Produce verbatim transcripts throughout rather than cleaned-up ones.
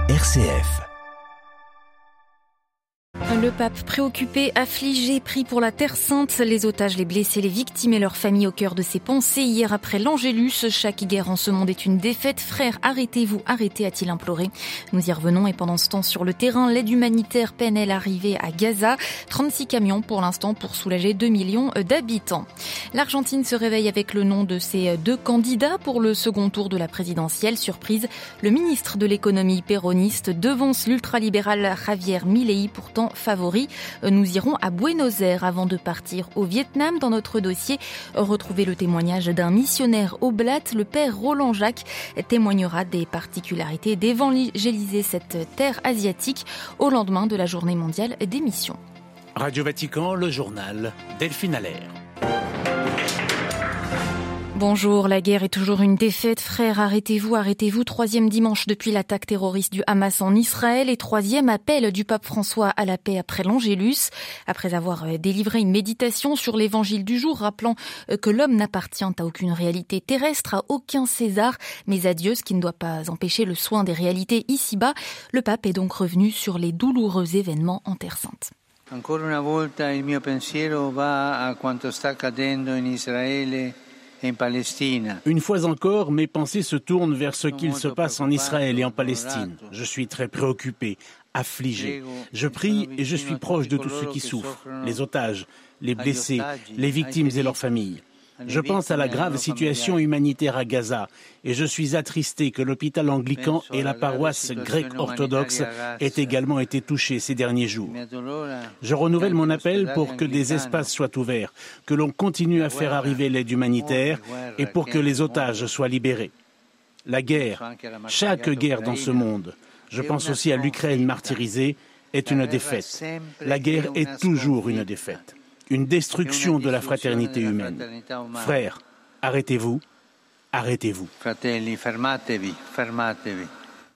R C F. Le pape préoccupé, affligé, pris pour la Terre Sainte, les otages, les blessés, les victimes et leurs familles au cœur de ses pensées. Hier après l'Angélus, chaque guerre en ce monde est une défaite. Frères, arrêtez-vous, arrêtez, a-t-il imploré. Nous y revenons et pendant ce temps sur le terrain, l'aide humanitaire peine à l'arrivée à Gaza. trente-six camions pour l'instant pour soulager deux millions d'habitants. L'Argentine se réveille avec le nom de ses deux candidats pour le second tour de la présidentielle. Surprise, le ministre de l'économie péroniste devance l'ultralibéral Javier Milei, pourtant favori. Nous irons à Buenos Aires avant de partir au Vietnam. Dans notre dossier, retrouvez le témoignage d'un missionnaire oblate. Le père Roland Jacques témoignera des particularités d'évangéliser cette terre asiatique au lendemain de la journée mondiale des missions. Radio Vatican, le journal, Delphine Allaire. Bonjour, la guerre est toujours une défaite. Frères, arrêtez-vous, arrêtez-vous. Troisième dimanche depuis l'attaque terroriste du Hamas en Israël et troisième appel du pape François à la paix après l'Angélus. Après avoir délivré une méditation sur l'évangile du jour, rappelant que l'homme n'appartient à aucune réalité terrestre, à aucun César, mais à Dieu, ce qui ne doit pas empêcher le soin des réalités ici-bas, le pape est donc revenu sur les douloureux événements en Terre Sainte. Ancora una volta il mio pensiero va a quanto sta accadendo in Israele. Une fois encore, mes pensées se tournent vers ce qu'il se passe en Israël et en Palestine. Je suis très préoccupé, affligé. Je prie et je suis proche de tous ceux qui souffrent, les otages, les blessés, les victimes et leurs familles. Je pense à la grave situation humanitaire à Gaza et je suis attristé que l'hôpital anglican et la paroisse grecque orthodoxe aient également été touchés ces derniers jours. Je renouvelle mon appel pour que des espaces soient ouverts, que l'on continue à faire arriver l'aide humanitaire et pour que les otages soient libérés. La guerre, chaque guerre dans ce monde, je pense aussi à l'Ukraine martyrisée, est une défaite. La guerre est toujours une défaite. Une destruction de la fraternité humaine. Frères, arrêtez-vous, arrêtez-vous. Fratelli, fermatevi, fermatevi.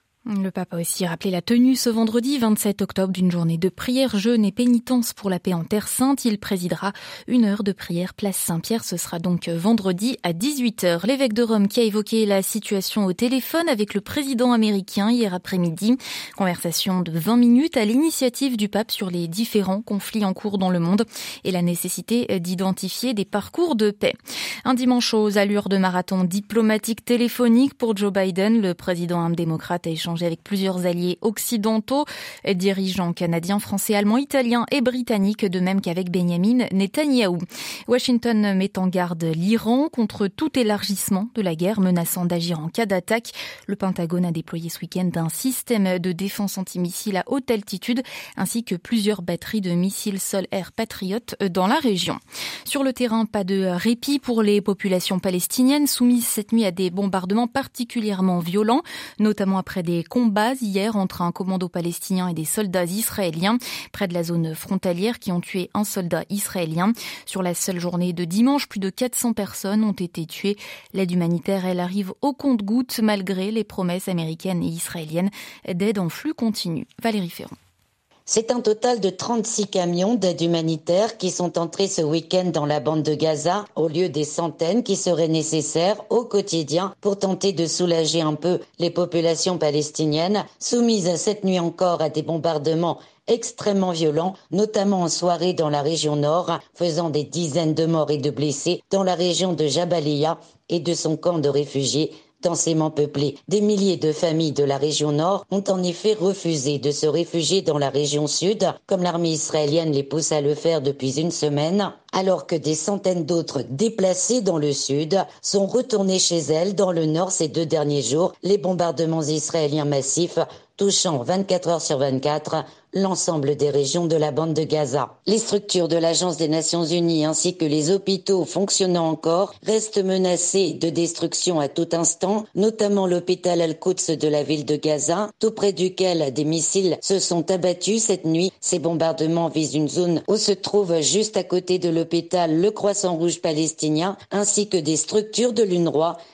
Le pape a aussi rappelé la tenue ce vendredi vingt-sept octobre d'une journée de prière, jeûne et pénitence pour la paix en Terre Sainte. Il présidera une heure de prière place Saint-Pierre. Ce sera donc vendredi à dix-huit heures. L'évêque de Rome qui a évoqué la situation au téléphone avec le président américain hier après-midi. Conversation de vingt minutes à l'initiative du pape sur les différents conflits en cours dans le monde et la nécessité d'identifier des parcours de paix. Un dimanche aux allures de marathon diplomatique téléphonique pour Joe Biden. Le président démocrate a échangé avec plusieurs alliés occidentaux, dirigeants canadiens, français, allemands, italiens et britanniques, de même qu'avec Benjamin Netanyahou. Washington met en garde l'Iran contre tout élargissement de la guerre, menaçant d'agir en cas d'attaque. Le Pentagone a déployé ce week-end un système de défense antimissile à haute altitude, ainsi que plusieurs batteries de missiles sol-air Patriot dans la région. Sur le terrain, pas de répit pour les populations palestiniennes, soumises cette nuit à des bombardements particulièrement violents, notamment après des combats hier entre un commando palestinien et des soldats israéliens près de la zone frontalière qui ont tué un soldat israélien. Sur la seule journée de dimanche, plus de quatre cents personnes ont été tuées. L'aide humanitaire, elle arrive au compte-gouttes malgré les promesses américaines et israéliennes d'aide en flux continu. Valérie Ferron. C'est un total de trente-six camions d'aide humanitaire qui sont entrés ce week-end dans la bande de Gaza, au lieu des centaines qui seraient nécessaires au quotidien pour tenter de soulager un peu les populations palestiniennes, soumises cette nuit encore à des bombardements extrêmement violents, notamment en soirée dans la région nord, faisant des dizaines de morts et de blessés dans la région de Jabalia et de son camp de réfugiés densément peuplé. Des milliers de familles de la région nord ont en effet refusé de se réfugier dans la région sud, comme l'armée israélienne les pousse à le faire depuis une semaine, alors que des centaines d'autres déplacés dans le sud sont retournés chez elles dans le nord ces deux derniers jours, les bombardements israéliens massifs touchant vingt-quatre heures sur vingt-quatre l'ensemble des régions de la bande de Gaza. Les structures de l'Agence des Nations Unies ainsi que les hôpitaux fonctionnant encore restent menacés de destruction à tout instant, notamment l'hôpital Al-Quds de la ville de Gaza, tout près duquel des missiles se sont abattus cette nuit. Ces bombardements visent une zone où se trouve juste à côté de l'hôpital le Croissant Rouge palestinien ainsi que des structures de l'UNRWA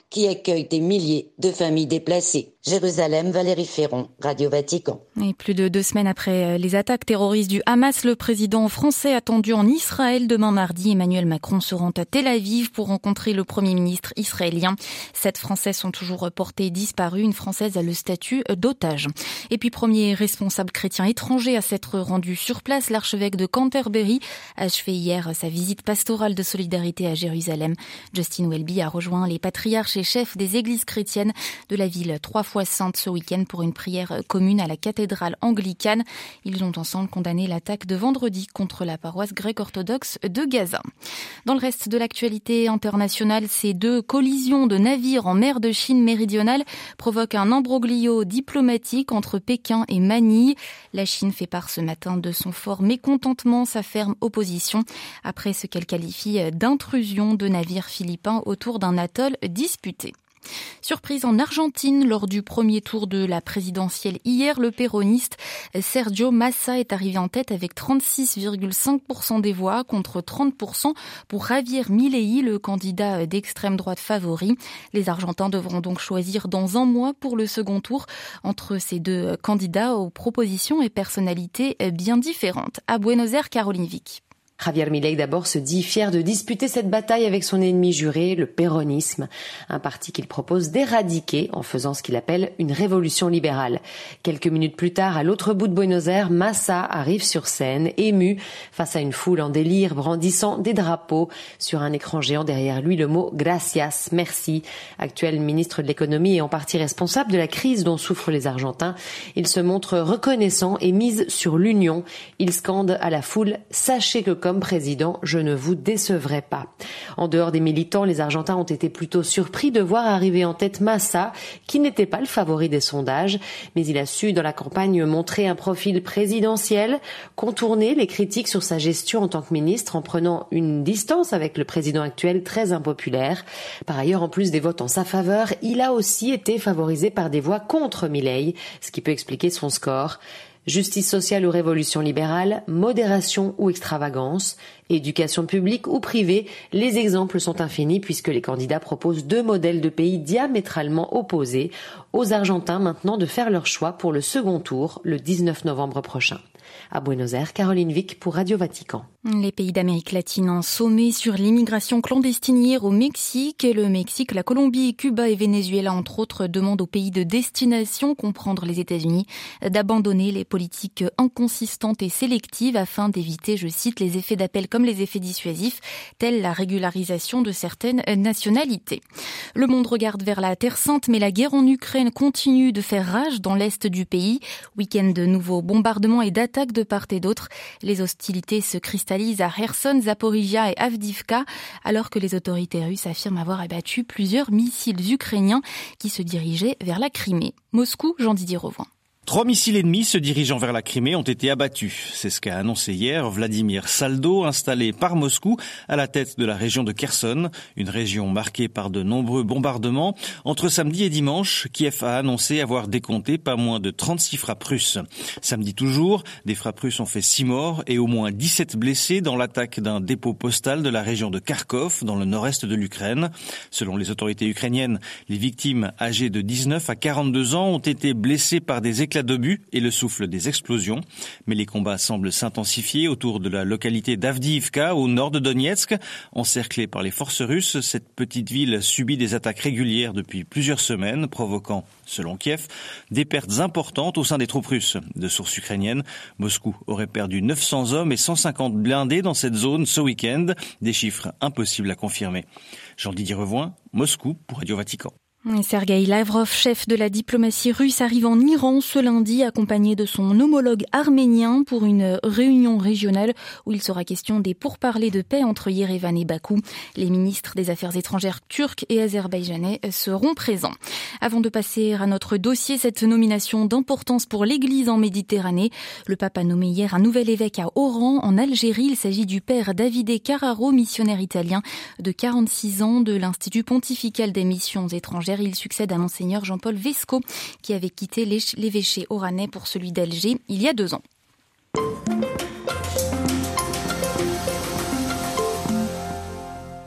qui accueille des milliers de familles déplacées. Jérusalem, Valérie Ferron, Radio Vatican. Et plus de deux semaines après les attaques terroristes du Hamas, le président français attendu en Israël demain mardi. Emmanuel Macron se rend à Tel Aviv pour rencontrer le Premier ministre israélien. Sept Français sont toujours portés disparus. Une Française a le statut d'otage. Et puis, premier responsable chrétien étranger à s'être rendu sur place, l'archevêque de Canterbury a achevé hier sa visite pastorale de solidarité à Jérusalem. Justin Welby a rejoint les patriarches et chefs des églises chrétiennes de la ville trois fois sainte ce week-end pour une prière commune à la cathédrale anglicane. Ils ont ensemble condamné l'attaque de vendredi contre la paroisse grecque-orthodoxe de Gaza. Dans le reste de l'actualité internationale, ces deux collisions de navires en mer de Chine méridionale provoquent un imbroglio diplomatique entre Pékin et Manille. La Chine fait part ce matin de son fort mécontentement, sa ferme opposition, après ce qu'elle qualifie d'intrusion de navires philippins autour d'un atoll disputé. Surprise en Argentine, lors du premier tour de la présidentielle hier, le péroniste Sergio Massa est arrivé en tête avec trente-six virgule cinq pour cent des voix contre trente pour cent pour Javier Milei, le candidat d'extrême droite favori. Les Argentins devront donc choisir dans un mois pour le second tour entre ces deux candidats aux propositions et personnalités bien différentes. À Buenos Aires, Caroline Vic. Javier Milei d'abord se dit fier de disputer cette bataille avec son ennemi juré, le péronisme, un parti qu'il propose d'éradiquer en faisant ce qu'il appelle une révolution libérale. Quelques minutes plus tard, à l'autre bout de Buenos Aires, Massa arrive sur scène, ému, face à une foule en délire, brandissant des drapeaux. Sur un écran géant derrière lui, le mot « gracias », merci. Actuel ministre de l'économie et en partie responsable de la crise dont souffrent les Argentins, il se montre reconnaissant et mise sur l'union. Il scande à la foule « Sachez que comme président, je ne vous décevrai pas ». En dehors des militants, les Argentins ont été plutôt surpris de voir arriver en tête Massa, qui n'était pas le favori des sondages, mais il a su dans la campagne montrer un profil présidentiel, contourner les critiques sur sa gestion en tant que ministre en prenant une distance avec le président actuel très impopulaire. Par ailleurs, en plus des votes en sa faveur, il a aussi été favorisé par des voix contre Milei, ce qui peut expliquer son score. Justice sociale ou révolution libérale, modération ou extravagance, éducation publique ou privée, les exemples sont infinis puisque les candidats proposent deux modèles de pays diamétralement opposés. Aux Argentins maintenant de faire leur choix pour le second tour le dix-neuf novembre prochain. À Buenos Aires, Caroline Vic pour Radio Vatican. Les pays d'Amérique latine en sommet sur l'immigration clandestine hier au Mexique. Et le Mexique, la Colombie, Cuba et Venezuela, entre autres, demandent aux pays de destination, comprendre les États-Unis, d'abandonner les politiques inconsistantes et sélectives afin d'éviter, je cite, les effets d'appel comme les effets dissuasifs, tels la régularisation de certaines nationalités. Le monde regarde vers la Terre Sainte, mais la guerre en Ukraine continue de faire rage dans l'est du pays. Week-end de nouveaux bombardements et d'attaques de part et d'autre. Les hostilités se cristallisent à Kherson, Zaporizhia et Avdiivka, alors que les autorités russes affirment avoir abattu plusieurs missiles ukrainiens qui se dirigeaient vers la Crimée. Moscou, Jean-Didier Revoin. Trois missiles ennemis se dirigeant vers la Crimée ont été abattus. C'est ce qu'a annoncé hier Vladimir Saldo, installé par Moscou à la tête de la région de Kherson, une région marquée par de nombreux bombardements. Entre samedi et dimanche, Kiev a annoncé avoir décompté pas moins de trente-six frappes russes. Samedi toujours, des frappes russes ont fait six morts et au moins dix-sept blessés dans l'attaque d'un dépôt postal de la région de Kharkov, dans le nord-est de l'Ukraine. Selon les autorités ukrainiennes, les victimes âgées de dix-neuf à quarante-deux ans ont été blessées par des éclats d'obus et le souffle des explosions. Mais les combats semblent s'intensifier autour de la localité d'Avdiivka, au nord de Donetsk. Encerclée par les forces russes, cette petite ville subit des attaques régulières depuis plusieurs semaines, provoquant, selon Kiev, des pertes importantes au sein des troupes russes. De sources ukrainiennes, Moscou aurait perdu neuf cents hommes et cent cinquante blindés dans cette zone ce week-end. Des chiffres impossibles à confirmer. Jean-Didier Revoin, Moscou pour Radio Vatican. Sergueï Lavrov, chef de la diplomatie russe, arrive en Iran ce lundi, accompagné de son homologue arménien pour une réunion régionale où il sera question des pourparlers de paix entre Yerevan et Bakou. Les ministres des Affaires étrangères turcs et azerbaïdjanais seront présents. Avant de passer à notre dossier, cette nomination d'importance pour l'Église en Méditerranée. Le pape a nommé hier un nouvel évêque à Oran, en Algérie. Il s'agit du père Davide Carraro, missionnaire italien de quarante-six ans de l'Institut pontifical des missions étrangères. Il succède à Monseigneur Jean-Paul Vesco, qui avait quitté l'évêché oranais pour celui d'Alger il y a deux ans.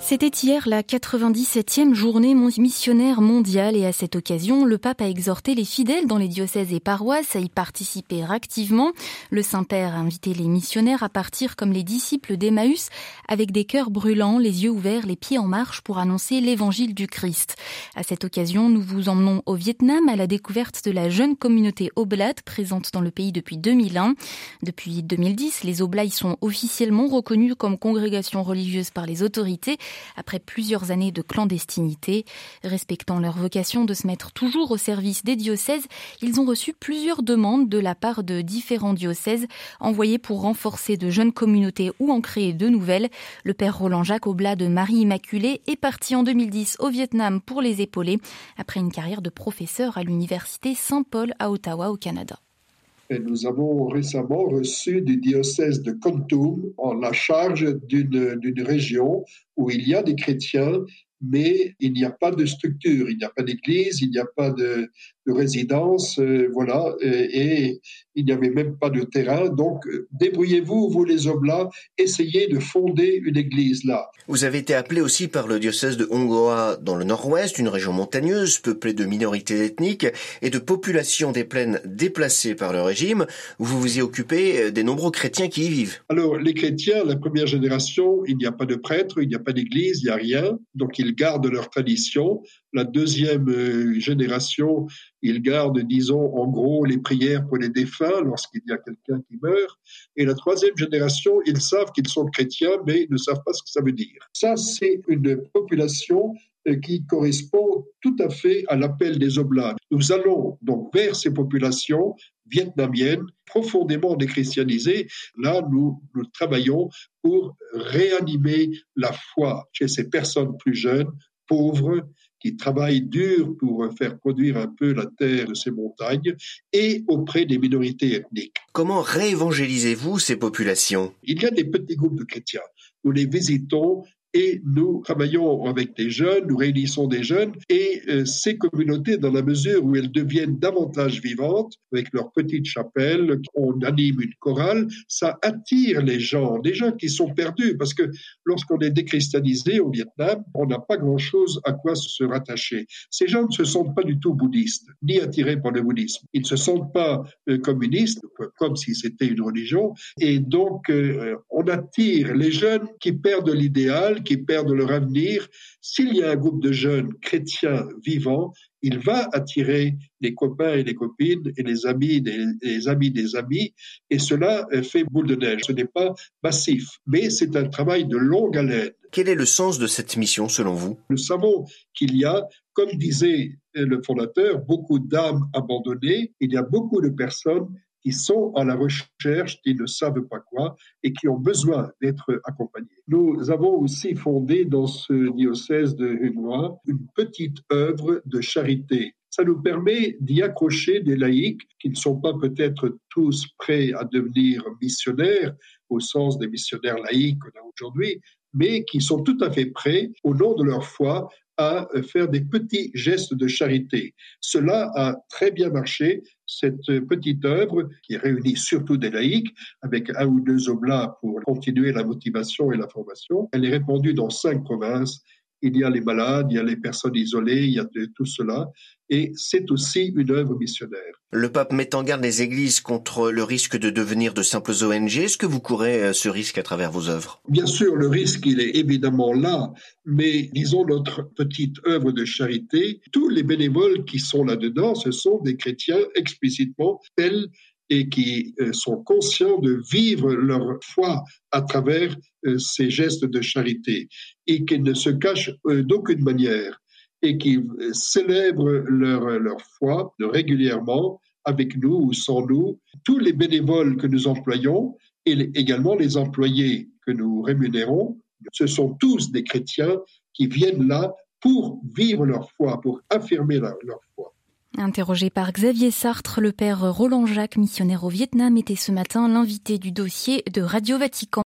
C'était hier la quatre-vingt-dix-septième journée missionnaire mondiale et à cette occasion, le pape a exhorté les fidèles dans les diocèses et paroisses à y participer activement. Le Saint-Père a invité les missionnaires à partir comme les disciples d'Emmaüs avec des cœurs brûlants, les yeux ouverts, les pieds en marche pour annoncer l'évangile du Christ. À cette occasion, nous vous emmenons au Vietnam à la découverte de la jeune communauté Oblat présente dans le pays depuis deux mille un. Depuis deux mille dix, les Oblats y sont officiellement reconnus comme congrégation religieuse par les autorités. Après plusieurs années de clandestinité, respectant leur vocation de se mettre toujours au service des diocèses, ils ont reçu plusieurs demandes de la part de différents diocèses envoyées pour renforcer de jeunes communautés ou en créer de nouvelles. Le père Roland-Jacques Oblat de Marie Immaculée est parti en deux mille dix au Vietnam pour les épauler, après une carrière de professeur à l'université Saint-Paul à Ottawa au Canada. Et nous avons récemment reçu du diocèse de Kon Tum en la charge d'une, d'une région où il y a des chrétiens, mais il n'y a pas de structure, il n'y a pas d'église, il n'y a pas de, de résidence, euh, voilà, et, et il n'y avait même pas de terrain. Donc, débrouillez-vous, vous les Oblats, essayez de fonder une église là. Vous avez été appelé aussi par le diocèse de Hongoa dans le nord-ouest, une région montagneuse peuplée de minorités ethniques et de populations des plaines déplacées par le régime. Vous vous y occupez des nombreux chrétiens qui y vivent. Alors, les chrétiens, la première génération, il n'y a pas de prêtre, il n'y a pas d'église, il n'y a rien. Donc, ils gardent leur tradition. La deuxième euh, génération, ils gardent, disons, en gros, les prières pour les défunts lorsqu'il y a quelqu'un qui meurt. Et la troisième génération, ils savent qu'ils sont chrétiens, mais ils ne savent pas ce que ça veut dire. Ça, c'est une population euh, qui correspond tout à fait à l'appel des Oblats. Nous allons donc vers ces populations vietnamiennes, profondément déchristianisées. Là, nous, nous travaillons pour réanimer la foi chez ces personnes plus jeunes, pauvres, qui travaillent dur pour faire produire un peu la terre de ces montagnes, et auprès des minorités ethniques. Comment réévangélisez-vous ces populations ? Il y a des petits groupes de chrétiens. Nous les visitons et nous travaillons avec des jeunes, nous réunissons des jeunes, et euh, ces communautés, dans la mesure où elles deviennent davantage vivantes, avec leur petite chapelle, on anime une chorale, ça attire les gens, des gens qui sont perdus, parce que lorsqu'on est déchristianisé au Vietnam, on n'a pas grand-chose à quoi se rattacher. Ces gens ne se sentent pas du tout bouddhistes, ni attirés par le bouddhisme. Ils ne se sentent pas euh, communistes, comme si c'était une religion, et donc euh, on attire les jeunes qui perdent l'idéal, qui perdent leur avenir. S'il y a un groupe de jeunes chrétiens vivants, il va attirer les copains et les copines et les amis des, les amis des amis, et cela fait boule de neige. Ce n'est pas massif, mais c'est un travail de longue haleine. Quel est le sens de cette mission selon vous ? Nous savons qu'il y a, comme disait le fondateur, beaucoup d'âmes abandonnées. Il y a beaucoup de personnes qui sont à la recherche, qui ne savent pas quoi et qui ont besoin d'être accompagnés. Nous avons aussi fondé dans ce diocèse de Hunois une petite œuvre de charité. Ça nous permet d'y accrocher des laïcs qui ne sont pas peut-être tous prêts à devenir missionnaires au sens des missionnaires laïcs qu'on a aujourd'hui, mais qui sont tout à fait prêts, au nom de leur foi, à faire des petits gestes de charité. Cela a très bien marché, cette petite œuvre qui réunit surtout des laïcs, avec un ou deux oblats pour continuer la motivation et la formation. Elle est répandue dans cinq provinces. Il y a les malades, il y a les personnes isolées, il y a de, tout cela. Et c'est aussi une œuvre missionnaire. Le pape met en garde les églises contre le risque de devenir de simples O N G. Est-ce que vous courez ce risque à travers vos œuvres ? Bien sûr, le risque, il est évidemment là. Mais disons, notre petite œuvre de charité, tous les bénévoles qui sont là-dedans, ce sont des chrétiens explicitement tels et qui euh, sont conscients de vivre leur foi à travers euh, ces gestes de charité et qui ne se cachent euh, d'aucune manière et qui euh, célèbrent leur, leur foi régulièrement avec nous ou sans nous. Tous les bénévoles que nous employons et les, également les employés que nous rémunérons, ce sont tous des chrétiens qui viennent là pour vivre leur foi, pour affirmer la, leur foi. Interrogé par Xavier Sartre, le père Roland-Jacques, missionnaire au Vietnam, était ce matin l'invité du dossier de Radio Vatican.